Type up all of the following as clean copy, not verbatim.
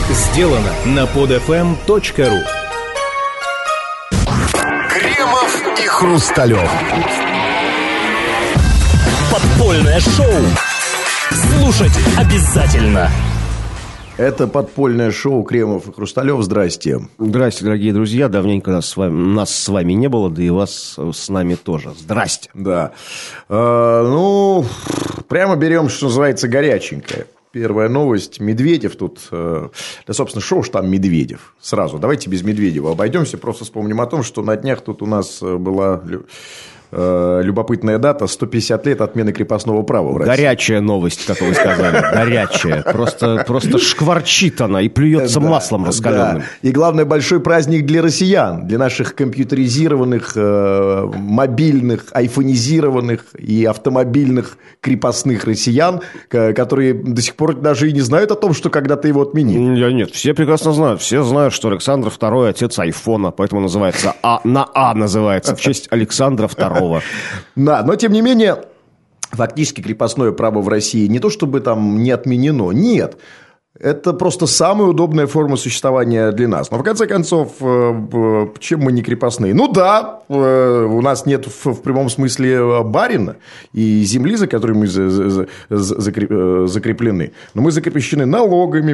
Сделано на podfm.ru. Кремов и Хрусталев. Подпольное шоу. Слушать обязательно. Это подпольное шоу «Кремов и Хрусталев». Здрасте. Здрасте, дорогие друзья. Давненько нас с вами не было, да и вас с нами тоже. Здрасте. Да. Прямо берем, что называется, горяченькое. Первая новость. Медведев тут... Да, собственно, шоу ж там Медведев. Сразу. Давайте без Медведева обойдемся. Просто вспомним о том, что на днях тут у нас была... любопытная дата: 150 лет отмены крепостного права в России. Горячая новость, как вы сказали. Горячая. Просто шкварчит она и плюется маслом раскаленным. Да. И главное, большой праздник для россиян, для наших компьютеризированных, мобильных, айфонизированных и автомобильных крепостных россиян, которые до сих пор даже и не знают о том, что когда-то его отменили. Нет, все прекрасно знают. Все знают, что Александр II отец айфона, поэтому называется называется в честь Александра II. Да, но тем не менее, фактически крепостное право в России не то чтобы там не отменено, нет. Это просто самая удобная форма существования для нас. Но, в конце концов, чем мы не крепостные? Ну да, у нас нет в прямом смысле барина и земли, за которой мы закреплены. Но мы закреплены налогами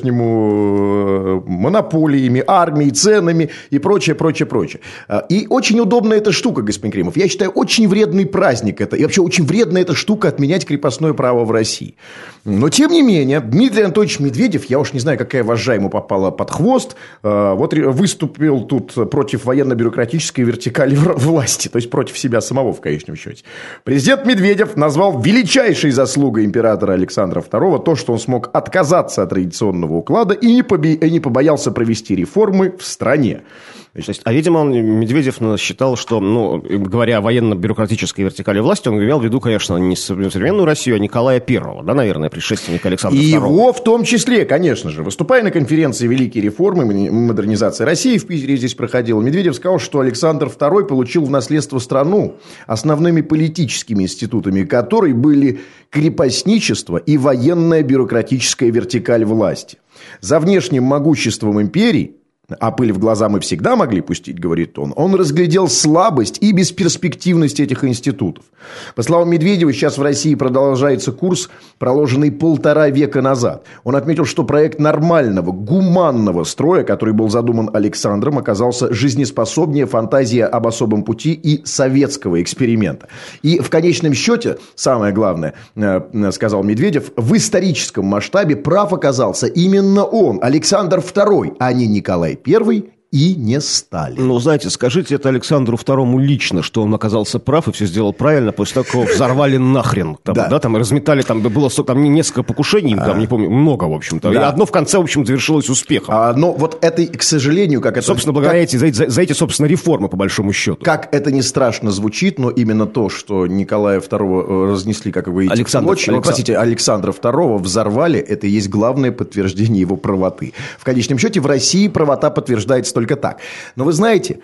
по-прежнему, монополиями, армией, ценами и прочее, прочее, прочее. И очень удобная эта штука, господин Кремов. Я считаю, очень вредный праздник это. И вообще очень вредная эта штука отменять крепостное право в России. Но, тем не менее, Дмитрий Анатольевич Медведев, я уж не знаю, какая вожжа ему попала под хвост, вот выступил тут против военно-бюрократической вертикали власти, то есть против себя самого в конечном счете. Президент Медведев назвал величайшей заслугой императора Александра II то, что он смог отказаться от традиционного уклада и не побоялся провести реформы в стране. Видимо, Медведев считал, что, говоря о военно-бюрократической вертикали власти, он имел в виду, конечно, не современную Россию, а Николая I, да, наверное, предшественника Александра II. И его в том числе, конечно же. Выступая на конференции «Великие реформы. Модернизация России» в Питере здесь проходила, Медведев сказал, что Александр II получил в наследство страну, основными политическими институтами которой были крепостничество и военная бюрократическая вертикаль власти. За внешним могуществом империи, а пыль в глаза мы всегда могли пустить, говорит он разглядел слабость и бесперспективность этих институтов. По словам Медведева, сейчас в России продолжается курс, проложенный 1,5 века назад. Он отметил, что проект нормального, гуманного строя, который был задуман Александром, оказался жизнеспособнее фантазии об особом пути и советского эксперимента. И в конечном счете, самое главное, сказал Медведев, в историческом масштабе прав оказался именно он, Александр II, а не Николай I и не Сталин. Знаете, скажите это Александру II лично, что он оказался прав и все сделал правильно, после того, как его взорвали нахрен. Там разметали, было несколько покушений, не помню, много, в общем-то. Да. И одно в конце, в общем, завершилось успехом. Но вот это, к сожалению, собственно, благодаря за эти, собственно, реформы, по большому счету. Как это не страшно звучит, но именно то, что Николая II разнесли, как вы видите, Александра II взорвали, это и есть главное подтверждение его правоты. В конечном счете, в России правота подтверждается только так. Но вы знаете,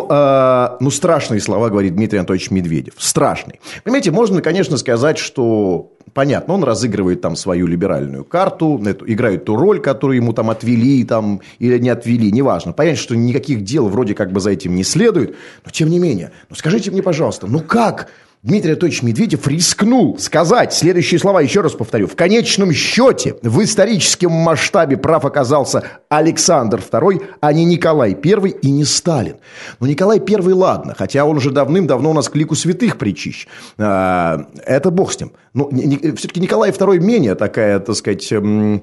страшные слова говорит Дмитрий Анатольевич Медведев. Страшные. Понимаете, можно, конечно, сказать, что, понятно, он разыгрывает там свою либеральную карту, играет ту роль, которую ему там отвели или не отвели, неважно. Понятно, что никаких дел вроде как бы за этим не следует, но тем не менее, скажите мне, пожалуйста, как Дмитрий Анатольевич Медведев рискнул сказать следующие слова, еще раз повторю: в конечном счете, в историческом масштабе прав оказался Александр II, а не Николай I и не Сталин. Николай I, ладно, хотя он уже давным-давно у нас к лику святых причищ. Это бог с ним. Все-таки Николай II менее такая, так сказать...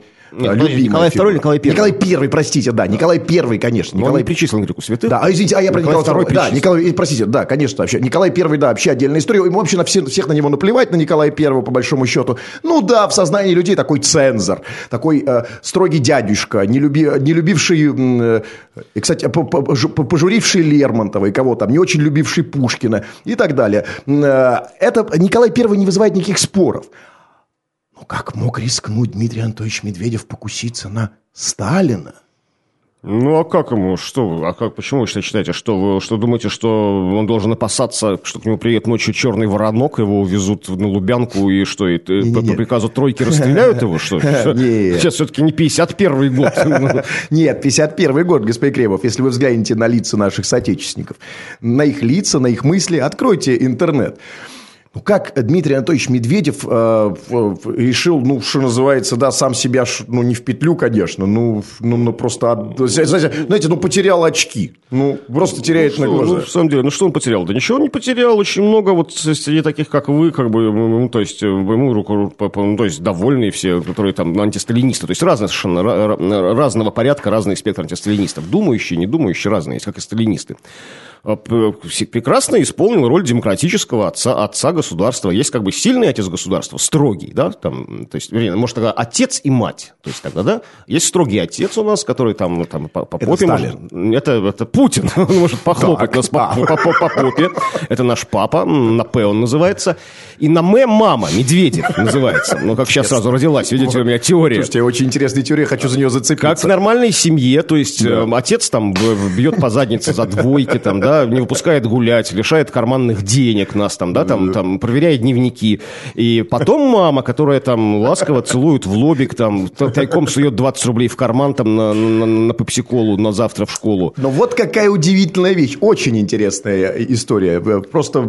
Николай II или Николай I? Николай I, простите, да. Николай I, конечно. Николай причислен к лику святых. Да, извините, я про Николая II. Да, простите, да, конечно, вообще. Николай I, да, вообще отдельная история. Ему вообще всех на него наплевать, на Николая I, по большому счету. В сознании людей такой цензор, такой строгий дядюшка, не любивший, кстати, пожуривший Лермонтова и кого там, не очень любивший Пушкина и так далее. Это Николай I не вызывает никаких споров. Как мог рискнуть Дмитрий Анатольевич Медведев покуситься на Сталина? Ну, а как ему? Почему вы считаете, что думаете, что он должен опасаться, что к нему приедет ночью черный воронок, его увезут на Лубянку и что, по приказу тройки расстреляют его, что? Сейчас все-таки не 51-й год. Нет, 51-й год, господин Кремов. Если вы взглянете на лица наших соотечественников, на их лица, на их мысли, откройте интернет. Как Дмитрий Анатольевич Медведев решил, что называется, да, сам себя, не в петлю, конечно, просто, знаете, потерял очки. Просто теряет на глаза. На самом деле, что он потерял? Да ничего он не потерял. Очень много вот среди таких, как вы, то есть довольные все, которые там антисталинисты. То есть разные совершенно, разного порядка, разный спектр антисталинистов. Думающие, не думающие, разные есть, как и сталинисты. Прекрасно исполнил роль демократического отца государства. Есть сильный отец государства, строгий, да, там, то есть, вернее, может, тогда отец и мать. То есть тогда, да, есть строгий отец у нас, который там по попе может... Это Путин, он может похлопать нас по попе. Это наш папа, на П он называется. И на М мама, Медведев называется. Как сейчас сразу родилась, видите, у меня теория. Слушайте, очень интересная теория, хочу за нее зацепиться. Как в нормальной семье, то есть отец там бьет по заднице за двойки, там, да, не выпускает гулять, лишает карманных денег нас, там, да, там проверяет дневники. И потом мама, которая там ласково целует в лобик, там, тайком сует 20 рублей в карман там, на пепси-колу на завтра в школу. Но вот какая удивительная вещь. Очень интересная история. Просто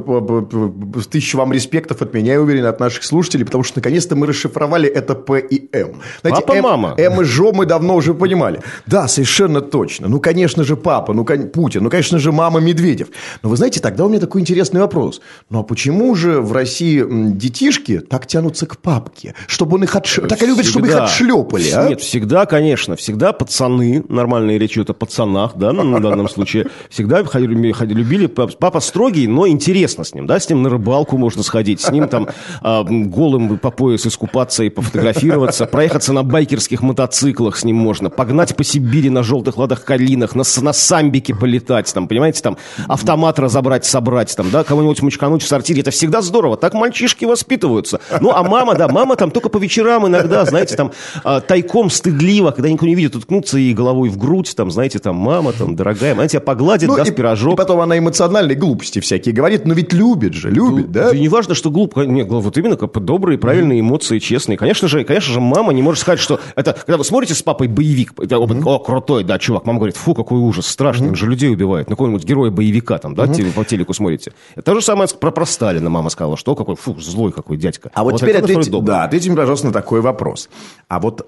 тысячу вам респектов от меня, я уверен, от наших слушателей, потому что наконец-то мы расшифровали это П и М. Знаете, папа-мама. М и Жо мы давно уже понимали. Да, совершенно точно. Конечно же, папа, Путин, конечно же, мама Медведев. Но вы знаете, тогда у меня такой интересный вопрос. А почему же в России детишки так тянутся к папке? Чтобы он их так и любят, чтобы их отшлепали, а? Нет, всегда, конечно, всегда пацаны, нормальная речь идет о пацанах, да, на данном случае, всегда любили, папа строгий, но интересно с ним, да, с ним на рыбалку можно сходить, с ним там голым по пояс искупаться и пофотографироваться, проехаться на байкерских мотоциклах с ним можно, погнать по Сибири на желтых ладах калинах, на самбике полетать, там, понимаете, там, автомат разобрать, собрать, там, да, кого-нибудь мочкануть в сортире, это всегда здорово, так мальчишки воспитываются. А мама там только по вечерам иногда, знаете, там, тайком стыдливо, когда никто не видит, уткнуться ей головой в грудь, там, знаете, там, мама, там, дорогая, она тебя погладит, даст пирожок. И потом она эмоциональные глупости всякие говорит, но ведь любит, да? И не важно, что глупо, нет, вот именно добрые, правильные эмоции, честные. Конечно же, мама не может сказать, что это, когда вы смотрите с папой боевик, о, крутой, да, чувак, мама говорит, фу, какой ужас, страшный, он же людей убивает, какого-нибудь героя боевика, там, да, по телеку смотрите. То же самое про Сталина мама сказала, что какой, злой какой дядька. А вот теперь ответьте, пожалуйста, на такой вопрос. А вот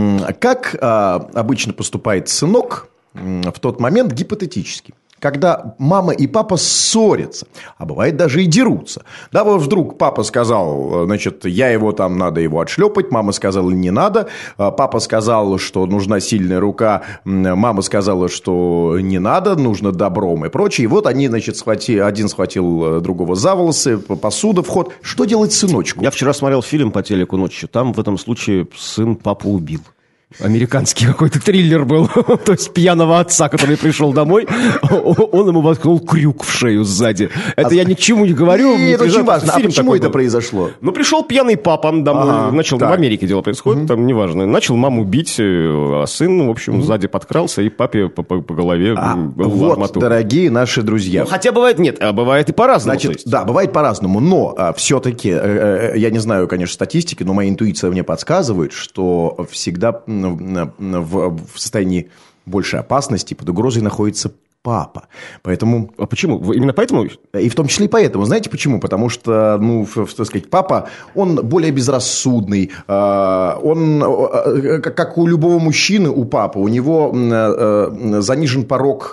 как обычно поступает сынок в тот момент гипотетически, когда мама и папа ссорятся, а бывает даже и дерутся. Да, вот вдруг папа сказал, значит, надо его отшлепать, мама сказала, не надо, папа сказал, что нужна сильная рука, мама сказала, что не надо, нужно добром и прочее. И вот они, значит, один схватил другого за волосы, посуда в ход. Что делать сыночку? Я вчера смотрел фильм по телеку ночью, там в этом случае сын папу убил. Американский какой-то триллер был. То есть пьяного отца, который пришел домой, он ему воткнул крюк в шею сзади. Это я ни к чему не говорю. Это очень важно. А почему это произошло? Пришел пьяный папа домой. Начал, в Америке дело происходит, там неважно. Начал маму бить, а сын, в общем, сзади подкрался и папе по голове вот, арматуру. Дорогие наши друзья. Хотя бывает нет, а бывает и по-разному. Значит, да, бывает по-разному. Но все-таки, я не знаю, конечно, статистики, но моя интуиция мне подсказывает, что всегда в состоянии большей опасности под угрозой находится папа. Поэтому... А почему? Именно поэтому? И в том числе и поэтому. Знаете почему? Потому что, так сказать, папа, он более безрассудный. Он, как у любого мужчины, у папы, у него занижен порог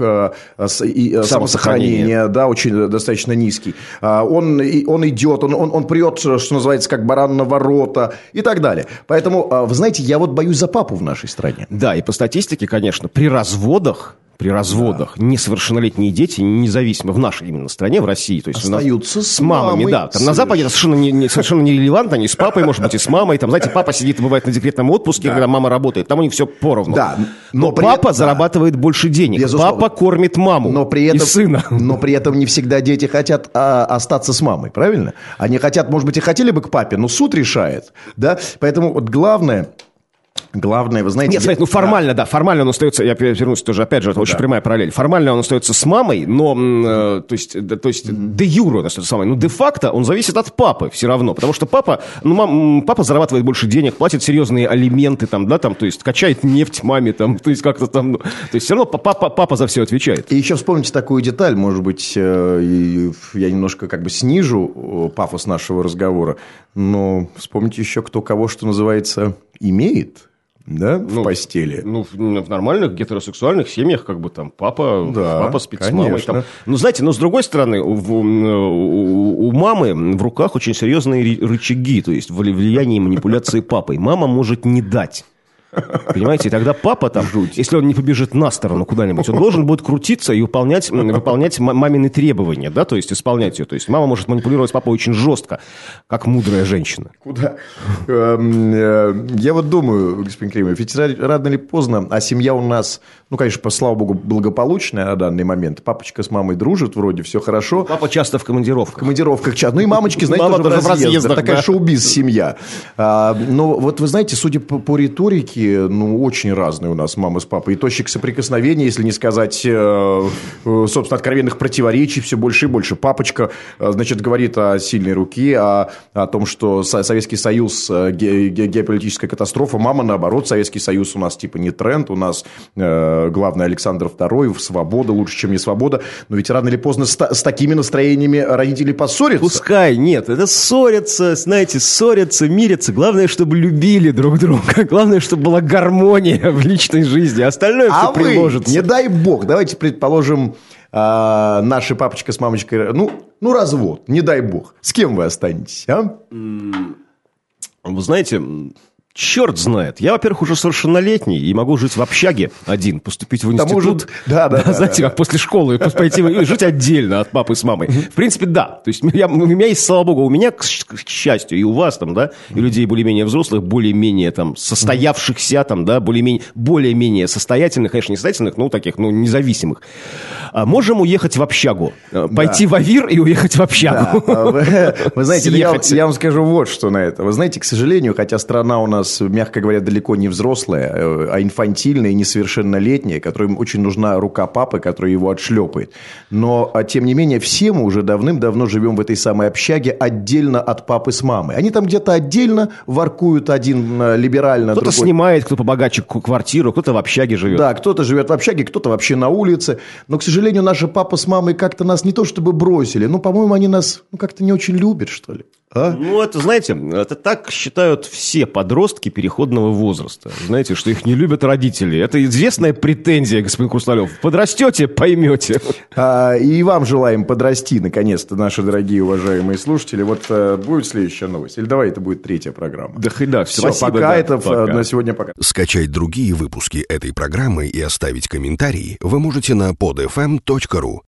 самосохранения, да, очень достаточно низкий. Он идет, он прет, что называется, как баран на ворота и так далее. Поэтому, вы знаете, я вот боюсь за папу в нашей стране. Да, и по статистике, конечно, при разводах несовершеннолетние дети, независимо в нашей именно стране, в России, то есть остаются с мамами, да. Там на Западе это совершенно нерелевантно, они с папой, может быть, и с мамой. Там, знаете, папа сидит, бывает, на декретном отпуске, когда мама работает. Там у них все поровну. Да. Но папа зарабатывает больше денег. Безусловно. Папа кормит маму и сына. Но при этом не всегда дети хотят остаться с мамой, правильно? Они хотят, может быть, и хотели бы к папе, но суд решает. Да? Поэтому вот главное... Главное, вы знаете... Нет, смотрите, формально, да, формально он остается, я вернусь тоже, опять же, это очень прямая параллель. Формально он остается с мамой, но, то есть де юре он остается с мамой, но де-факто он зависит от папы все равно, потому что папа зарабатывает больше денег, платит серьезные алименты, там, да, там, то есть качает нефть маме, там, то есть как-то там, то есть все равно папа за все отвечает. И еще вспомните такую деталь, может быть, я немножко как бы снижу пафос нашего разговора, но вспомните еще кто кого, что называется, имеет. Да, в постели. В нормальных гетеросексуальных семьях, как бы там папа спит с мамой. Там. Знаете, но с другой стороны, у мамы в руках очень серьезные рычаги, то есть влияние и манипуляции папой. Мама может не дать. Понимаете, и тогда папа там, если он не побежит на сторону куда-нибудь, он должен будет крутиться и выполнять мамины требования, да, то есть исполнять ее. То есть мама может манипулировать папой очень жестко, как мудрая женщина. Куда? Я вот думаю, господин Кремов, ведь рано или поздно, а семья у нас, конечно, слава богу, благополучная на данный момент. Папочка с мамой дружит, вроде все хорошо. Папа часто в командировках. В командировках часто. И мамочки, знаете, тоже в разъездах. Такая шоу-биз-семья. Но вот вы знаете, судя по риторике, очень разные у нас мама с папой. И точек соприкосновения, если не сказать, собственно, откровенных противоречий все больше и больше. Папочка, значит, говорит о сильной руке, о том, что Советский Союз геополитическая катастрофа. Мама, наоборот, Советский Союз у нас типа не тренд, у нас главный Александр II, свобода лучше, чем не свобода. Но ведь рано или поздно с такими настроениями родители поссорятся. Пускай, нет, это ссорятся, знаете, мирятся. Главное, чтобы любили друг друга. Главное, чтобы была гармония в личной жизни. Остальное все приложится. Не дай бог, давайте предположим, наши папочка с мамочкой, развод, не дай бог. С кем вы останетесь, а? Вы знаете... Черт знает. Я, во-первых, уже совершеннолетний и могу жить в общаге один, поступить в институт. Знаете, как после школы пойти жить отдельно от папы с мамой. В принципе, да. То есть у меня есть, слава богу, у меня, к счастью, и у вас там, да, и людей более-менее взрослых, более-менее там состоявшихся там, да, более-менее состоятельных, конечно, не состоятельных, но таких, независимых. Можем уехать в общагу. Пойти в АВИР и уехать в общагу. Вы знаете, я вам скажу вот что на это. Вы знаете, к сожалению, хотя страна у нас, мягко говоря, далеко не взрослая, а инфантильная и несовершеннолетняя, которой очень нужна рука папы, который его отшлепает. Но, тем не менее, все мы уже давным-давно живем в этой самой общаге отдельно от папы с мамой. Они там где-то отдельно воркуют, один либерально, кто-то другой... снимает, кто побогаче квартиру, кто-то в общаге живет. Да, кто-то живет в общаге, кто-то вообще на улице. Но, к сожалению, наши папа с мамой как-то нас не то чтобы бросили, по-моему, они нас как-то не очень любят, что ли. Это, знаете, это так считают все подростки переходного возраста. Знаете, что их не любят родители. Это известная претензия, господин Хрусталев. Подрастете, поймете. И вам желаем подрасти, наконец-то, наши дорогие уважаемые слушатели. Вот будет следующая новость. Или давай, это будет третья программа. Да, все, пока. На сегодня пока. Скачать другие выпуски этой программы и оставить комментарии вы можете на podfm.ru.